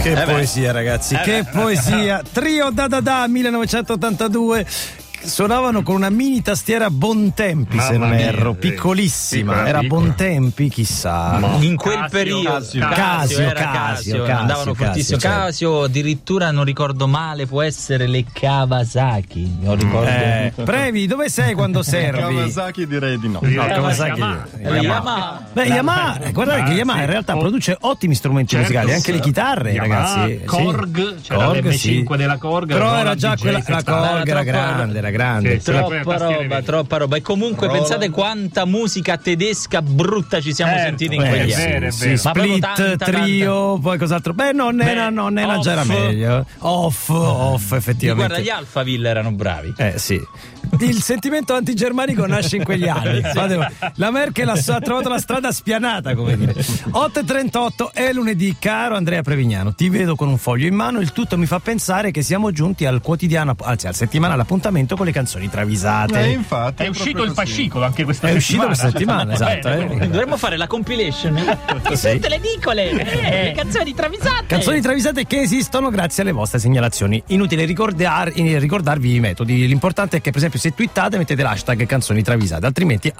Che poesia, ragazzi, che poesia. Trio da 1982. Suonavano con una mini tastiera Bontempi, se non erro, piccolissima. Era Bontempi, chissà. In quel periodo Casio, andavano fortissimo. Certo. Casio, addirittura non ricordo male, può essere le Kawasaki. Non ricordo. Previ, dove sei quando servi? Kawasaki direi di no. No, Kawasaki. Yamaha. Beh, Yamaha, guardate che Yamaha in realtà produce ottimi strumenti musicali, anche le chitarre, ragazzi. Korg, c'era l'M5 della Korg. Però era già quella, la Korg era grande. Troppa roba. E comunque pensate quanta musica tedesca brutta ci siamo sentiti in quegli anni. Sì, Split, Trio, poi cos'altro? Beh, Nonna già era meglio. Off, effettivamente. Guarda, gli Alphaville erano bravi. Sì. Il sentimento antigermanico nasce in quegli anni. La Merkel ha trovato la strada spianata, come dire. 8:38 è lunedì, caro Andrea Prevignano. Ti vedo con un foglio in mano. Il tutto mi fa pensare che siamo giunti al quotidiano, anzi al settimanale appuntamento con le canzoni travisate. Infatti, è uscito il fascicolo anche questa settimana. È uscito questa settimana, esatto. Dovremmo fare la compilation di tutte le edicole, le canzoni travisate. Canzoni travisate che esistono grazie alle vostre segnalazioni. Inutile ricordarvi i metodi. L'importante è che, per esempio, se twittate mettete l'hashtag canzoni travisate, altrimenti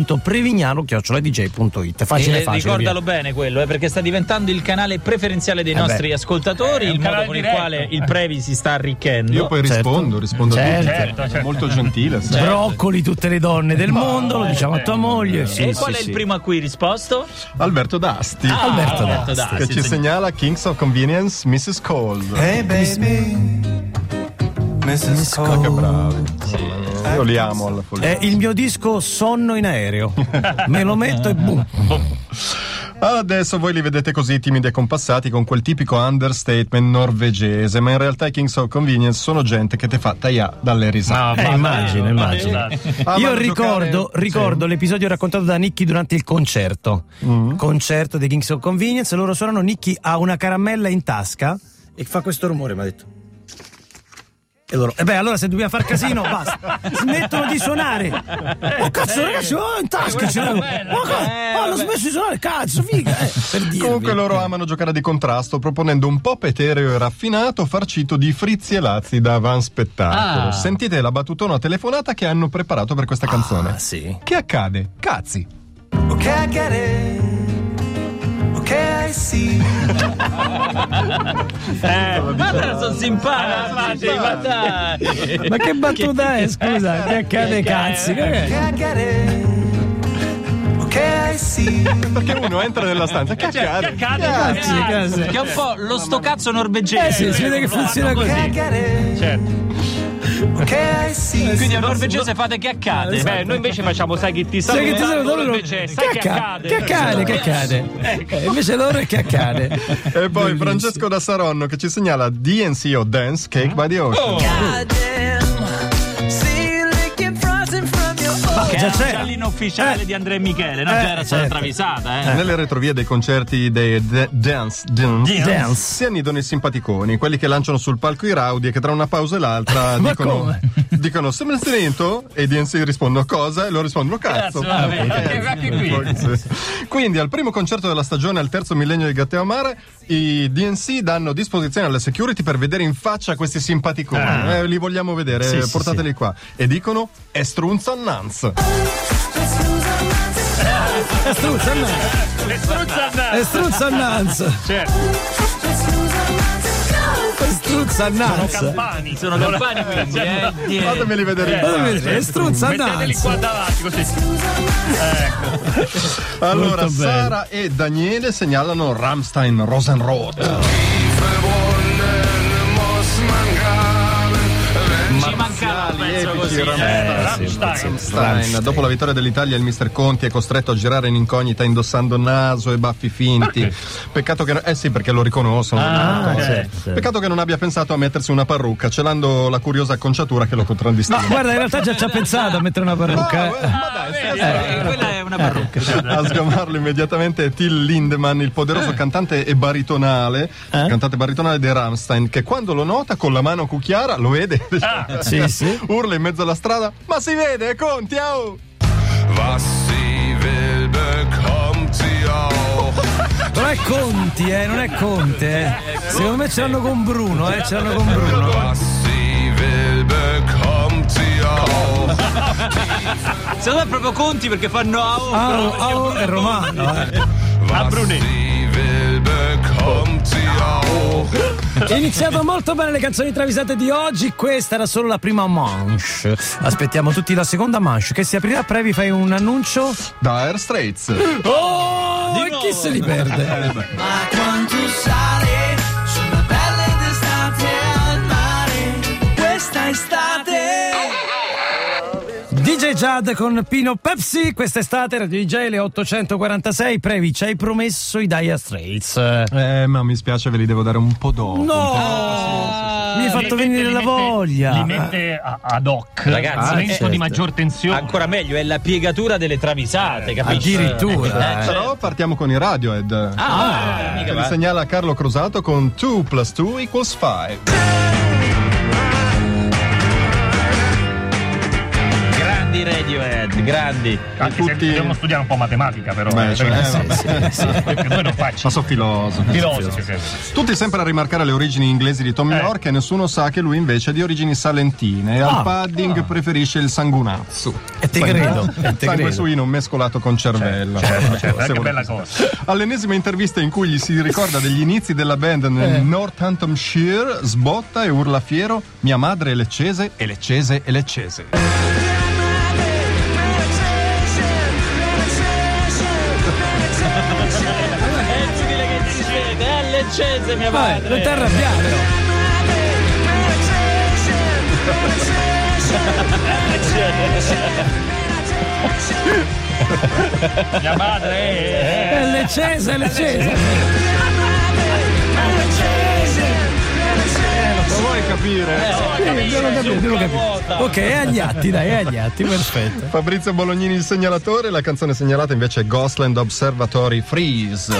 a.prevignano@dj.it. Facile. Ricordalo bene quello, perché sta diventando il canale preferenziale dei nostri ascoltatori, il modo con il quale il Previ si sta arricchendo. Io poi rispondo a tutti. Certo. Molto gentile. Broccoli tutte le donne del mondo, lo diciamo a tua moglie. E qual è il primo a cui hai risposto? Alberto D'Asti. Alberto D'Asti, che ci segnala Kings of Convenience, Mrs. Cole. Hey baby, Mrs. Cole. Che bravi. Io li amo alla follia. È il mio disco Sonno in aereo. Me lo metto e boom. Adesso voi li vedete così timidi e compassati con quel tipico understatement norvegese, ma in realtà i Kings of Convenience sono gente che te fa tagliare dalle risate. Immagino. Io ricordo Sì. l'episodio raccontato da Nicky durante il concerto. Concerto dei Kings of Convenience. Loro suonano, Nicky ha una caramella in tasca e fa questo rumore, mi ha detto. E loro, allora se dobbiamo far casino, basta. Smettono di suonare. Oh cazzo, ragazzi, in tasca ce l'avevo. Hanno smesso di suonare, cazzo, figa. Per dirvi. Comunque loro amano giocare di contrasto, proponendo un pop etereo e raffinato farcito di frizzi e lazzi da van spettacolo. Sentite la battutona telefonata che hanno preparato per questa canzone. Sì. Che accade? Cazzi. Ok, I get it. Ok, I see. Ma sono simpatici, ma dai. Ma che battuta è, scusa? Che accade, cazzi? Ok, I get it. Ok, I see. Perché uno entra nella stanza, che accade? Cazzi. Che è un po' lo sto cazzo norvegese. Si vede che funziona Ok, I così. get it. Certo. Ok, I see. Quindi a norvegese fate che accade. Beh, noi invece facciamo sai che ti saluto. loro invece sai che accade. Che accade? Invece loro è che accade. E poi Francesco da Saronno che ci segnala DNC o Dance Cake by the Ocean. Che già era c'era. già l'inufficiale di Andrea e Michele, no? Già era stata travisata, Nelle retrovie dei concerti dei Dance si annidano i simpaticoni, quelli che lanciano sul palco i rowdy e che tra una pausa e l'altra dicono sembra strento e i DNC rispondono cosa e loro rispondono cazzo. anche qui. Sì. Quindi al primo concerto della stagione al terzo millennio di Gatteo Mare i DNC danno disposizione alle security per vedere in faccia questi simpaticoni. Li vogliamo vedere, portateli qua. E dicono è strunzannanza. È struzzannanza. Struzzannanza. Sono campani quindi, Fatemeli vedere in faccia. È struzzannanza. Metteteli qua davanti così. Allora, Molto bene. Sara e Daniele segnalano Rammstein Rosenrot. ci mancava un pezzo così. Rammstein. Dopo la vittoria dell'Italia il mister Conti è costretto a girare in incognita indossando naso e baffi finti. Peccato che perché lo riconoscono. Peccato che non abbia pensato a mettersi una parrucca, celando la curiosa acconciatura che lo contraddistingue. Ma guarda, in realtà già ci ha pensato a mettere una parrucca. Quella è una parrucca. A sgamarlo immediatamente è Till Lindemann, il poderoso cantante e baritonale, cantante baritonale dei Rammstein, che quando lo nota con la mano cucchiara lo vede. Sì. Urla in mezzo alla strada: ma si vede, Conti, oh! Was sie will, bekommt sie auch. Però è Conti, non è Conte, Secondo me ce l'hanno con Bruno, ce l'hanno con Bruno. Secondo me è proprio Conti perché fanno Ao è romano, A Brunelli. È iniziato molto bene le canzoni travisate di oggi. Questa era solo la prima manche. Aspettiamo tutti la seconda manche che si aprirà. Previ, fai un annuncio? Dire Straits. Oh, e chi se li perde? Ma quanto sale sulla pelle d'estate al mare, questa estate. DJ Jad con Pino Pepsi, quest'estate Radio DJ le 8:46. Previ, ci hai promesso i Dire Straits. Ma mi spiace, ve li devo dare un po' dopo. No! Mi hai fatto venire la voglia. Li mette ad hoc. Ragazzi, momento di maggior tensione. Ancora meglio, è la piegatura delle travisate, capisci? Addirittura. Però partiamo con i Radiohead. Mica Li va. segnala Carlo Crosato con 2 + 2 = 5. Grandi Radiohead, grandi. Anche se dobbiamo studiare un po' matematica, però. Beh, Perché noi non facciamo. Ma sono filosofi. Filosofi. Tutti sempre a rimarcare le origini inglesi di Tom York e nessuno sa che lui invece è di origini salentine e al padding preferisce il sangunazzo. E te credo. Sangue suino mescolato con cervella. Certo, è una bella cosa. All'ennesima intervista in cui gli si ricorda degli inizi della band nel Northamptonshire, sbotta e urla fiero: mia madre è leccese e leccese e leccese. Leccese, mia madre. Non ti arrabbiare, però. Mia madre È leccese, leccese. Lo vuoi capire? Devo capire. Ok, è agli atti, dai, è agli atti, perfetto. Fabrizio Bolognini il segnalatore, la canzone segnalata invece è Ghostland Observatory Freeze.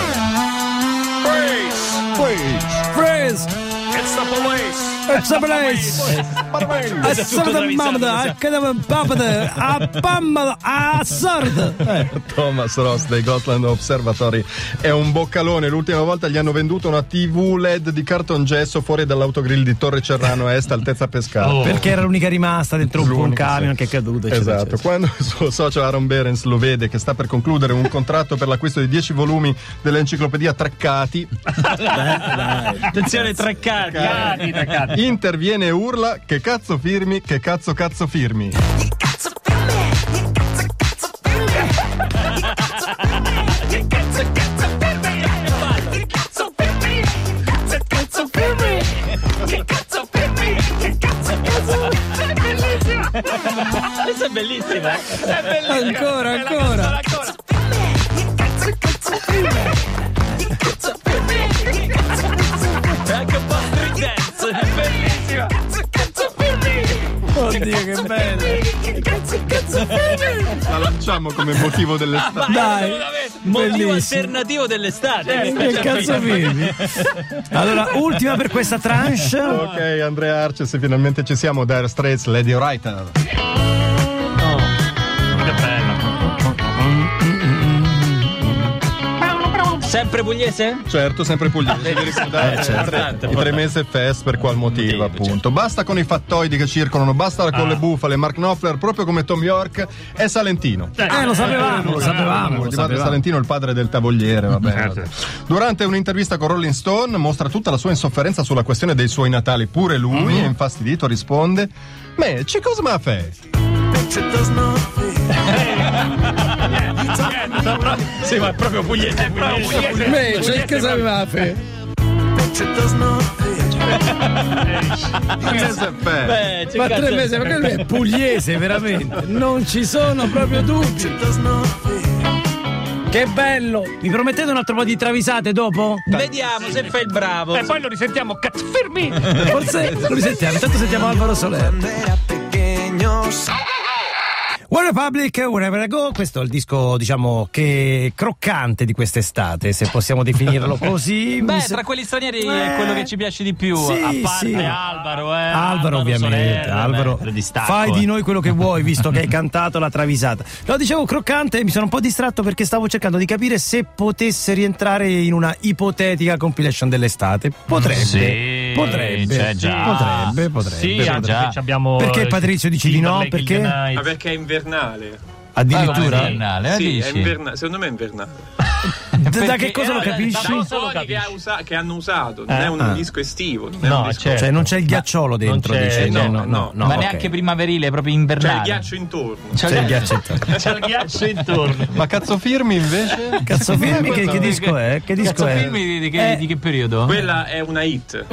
Freeze! It's the police! It's the police! A sorda mamma, a cadeva papata, a pamma, a sorda! Thomas Ross dei Ghostland Observatory è un boccalone. L'ultima volta gli hanno venduto una TV LED di cartongesso fuori dall'autogrill di Torre Cerrano Est, altezza Pescara. Perché era l'unica rimasta dentro un camion che è caduto. Eccetera, Esatto, eccetera. quando il suo socio Aaron Behrens lo vede che sta per concludere un contratto per l'acquisto di 10 volumi dell'enciclopedia Treccati, Attenzione, treccati. interviene e urla: che cazzo firmi, che cazzo firmi. Questa è bellissima. Ancora. È anche un po' street dance, è bellissima. Oddio, che bello. La lanciamo come motivo dell'estate. Dai, Motivo bellissimo. alternativo dell'estate. Che cazzo firmi? Allora, ultima per questa tranche. Ok, Andrea Arces, finalmente ci siamo. Dire Straits, Lady Writer. Che bella. Sempre pugliese? Certo, sempre pugliese. Devi ricordare certo. i 3 mesi fest per qual motivo, appunto. Basta con i fattoidi che circolano, basta con le bufale. Mark Knopfler, proprio come Tom York, è salentino. Lo sapevamo. Di madre Salentino, il padre del tavogliere, va bene. Certo. Durante un'intervista con Rolling Stone mostra tutta la sua insofferenza sulla questione dei suoi natali. Pure lui, infastidito, risponde: me, ci cosa ma fe? Sì, ma è proprio pugliese. Me, c'è che sapeva fe. Ma 3 mesi, perché lui è pugliese, veramente. Non ci sono proprio dubbi. Che bello! Mi promettete un altro po' di travisate dopo? Vediamo se fai il bravo. E poi lo risentiamo, cazzo fermi! Forse lo risentiamo. Intanto sentiamo Alvaro Soler. One Republic, Wherever I Go, questo è il disco, diciamo, che croccante di quest'estate, se possiamo definirlo così. Beh, tra quelli stranieri è quello che ci piace di più, sì, a parte sì. Alvaro ovviamente, Soler, Alvaro, fai di noi quello che vuoi, visto che hai cantato la travisata. No, dicevo croccante e mi sono un po' distratto perché stavo cercando di capire se potesse rientrare in una ipotetica compilation dell'estate. Potrebbe. Sì, già. Abbiamo perché Patrizio dici di no? Perché? Ma perché è invernale. Addirittura? Sì, è invernale. Secondo me è invernale. Da che cosa lo capisci? Che hanno usato, non è un disco estivo. Non è un disco. Cioè non c'è il ghiacciolo dentro, dice. No, ma neanche primaverile, proprio invernale. C'è il ghiaccio intorno. C'è il ghiaccio intorno. Ma Cazzo Firmi invece? Cazzo Firmi che disco è? Che disco è? Firmi di che periodo? Quella è una hit.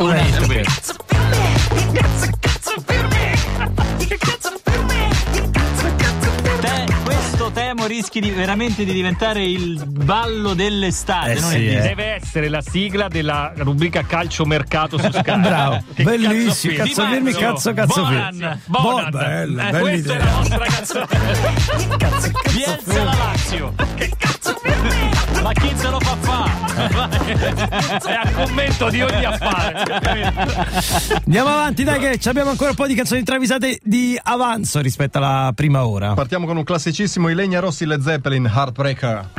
Temo rischi veramente di diventare il ballo dell'estate. Deve essere la sigla della rubrica calcio mercato su Sky. Bravo, bellissimo. Cazzo Firmi, cazzo Firmi. Bonan. Bella Questa è la nostra canzone. Piazza la Lazio. Che cazzo Firmi? Ma chi se lo fa fare? È a commento di ogni affare. Andiamo avanti, dai, che abbiamo ancora un po' di canzoni travisate di avanzo rispetto alla prima ora. Partiamo con un classicissimo, i Legna Rossi, Led Zeppelin, Heartbreaker.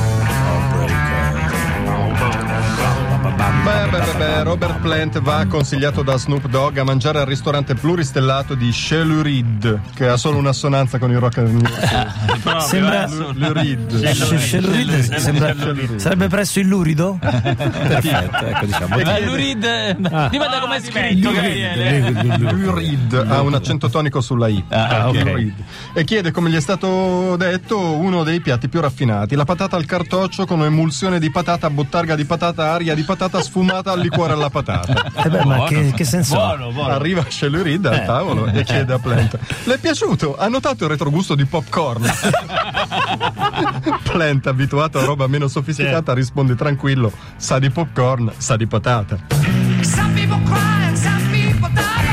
Beh, Robert Plant va consigliato da Snoop Dogg a mangiare al ristorante pluristellato di Shelurid, che ha solo un'assonanza con il rock and roll. Sembra Shelurid. Sarebbe presso il Lurido? Perfetto, ecco, diciamo. Lurid, dipende come è scritto. Lurid ha un accento tonico sulla I. Okay. E chiede, come gli è stato detto, uno dei piatti più raffinati: la patata al cartoccio con emulsione di patata, bottarga di patata, aria di patata sfumata al liquore alla patata. Ma che senso ha? Arriva Shelurid al tavolo e chiede a Plant: le è piaciuto? Ha notato il retrogusto di popcorn? Plant, abituato a roba meno sofisticata, risponde tranquillo: sa di popcorn, sa di patata. Some people cry and some people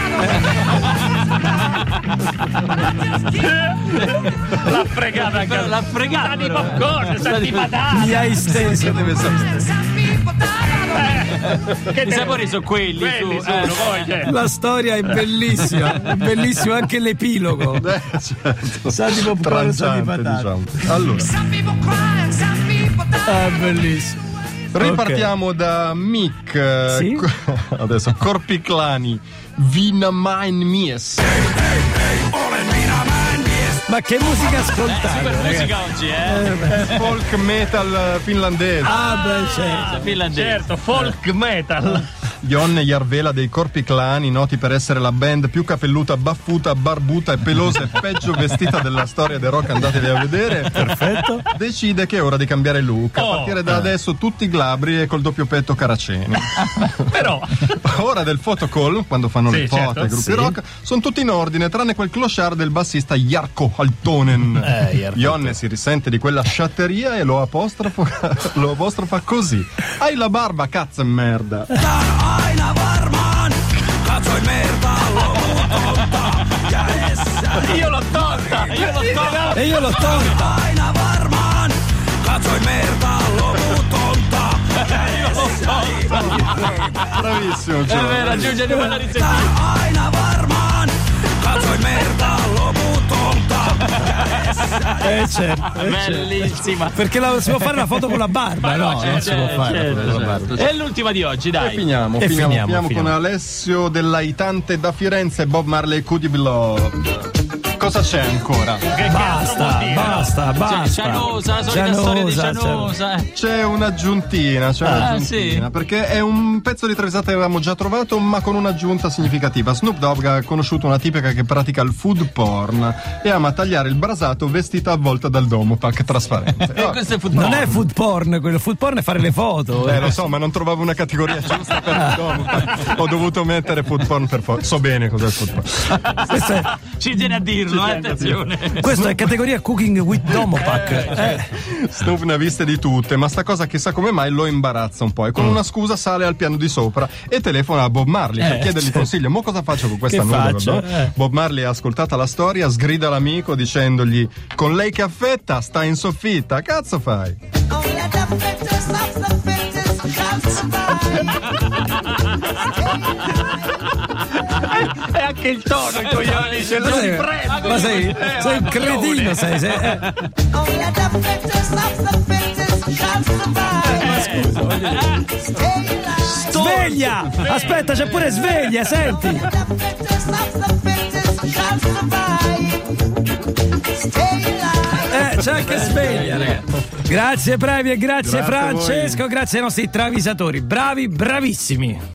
L'ha fregata anche L'ha fregata. Sa di popcorn, sa di patata. Mi hai steso. Deve sapere. Che i sapori sono quelli. La storia è bellissima. È bellissimo anche l'epilogo. Certo. Sa di popcorn, sa di Tranciante, patata. diciamo. Allora, Bellissimo. ripartiamo da Mick. Sì? Adesso Corpiclani, Vina Mein Mies. Ma che musica ascoltate? Super musica oggi, Folk metal finlandese. finlandese. Certo, folk metal. Jonne Jarvela dei Corpiclani, noti per essere la band più capelluta, baffuta, barbuta e pelosa e peggio vestita della storia del rock, andatevi a vedere. Perfetto. Decide che è ora di cambiare look. A partire da adesso tutti glabri e col doppio petto Caraceni. Però Ora del photocall, quando fanno le foto certo, ai gruppi rock, sono tutti in ordine, tranne quel clochard del bassista Jarkko Halttunen. Jonne si risente di quella sciatteria e lo apostrofa così: hai la barba, cazzo e merda. Aina varmaan, katsoi merta lopulta. Ja Io l'ho tolta. E io l'ho tolta. aina varmaan, katsoi merta loputonta. Bravissimo, Raggiunge di quella ricetta. Aina varmaan, katsoi merta loputonta. Certo. Bellissima. Perché si può fare la foto con la barba? No, non si può fare. Con la barba. È l'ultima di oggi, dai. Finiamo con Alessio Dell'Aitante da Firenze, Bob Marley, Could You Be Loved. Cosa c'è ancora? Basta. Cianosa, la solita storia di Cianosa. C'è un'aggiuntina, sì. perché è un pezzo di travisata che avevamo già trovato, ma con un'aggiunta significativa. Snoop Dogg ha conosciuto una tipica che pratica il food porn e ama tagliare il brasato vestita avvolta dal domopac trasparente. Questo è food porn. Non è food porn, quello food porn è fare le foto. Lo so, ma non trovavo una categoria giusta per il domopac. Ho dovuto mettere food porn per forza. So bene cos'è il food porn. Ci tiene a dirlo. dirlo, attenzione. Questo è categoria Cooking with Domopac. Snoop ne ha viste di tutte, ma sta cosa chissà come mai lo imbarazza un po', e con una scusa sale al piano di sopra e telefona a Bob Marley per chiedergli consiglio. Mo cosa faccio con questa nuda? Bob Marley ha ascoltata la storia, sgrida l'amico dicendogli: con lei che affetta sta in soffitta, cazzo fai? E anche il tono, i coglioni ce lo si prende. Ma sei un cretino, sei. Sveglia! Aspetta, c'è pure sveglia, senti! C'è anche sveglia, ragazzi. Grazie Previ e grazie Francesco, grazie ai nostri travisatori, bravissimi.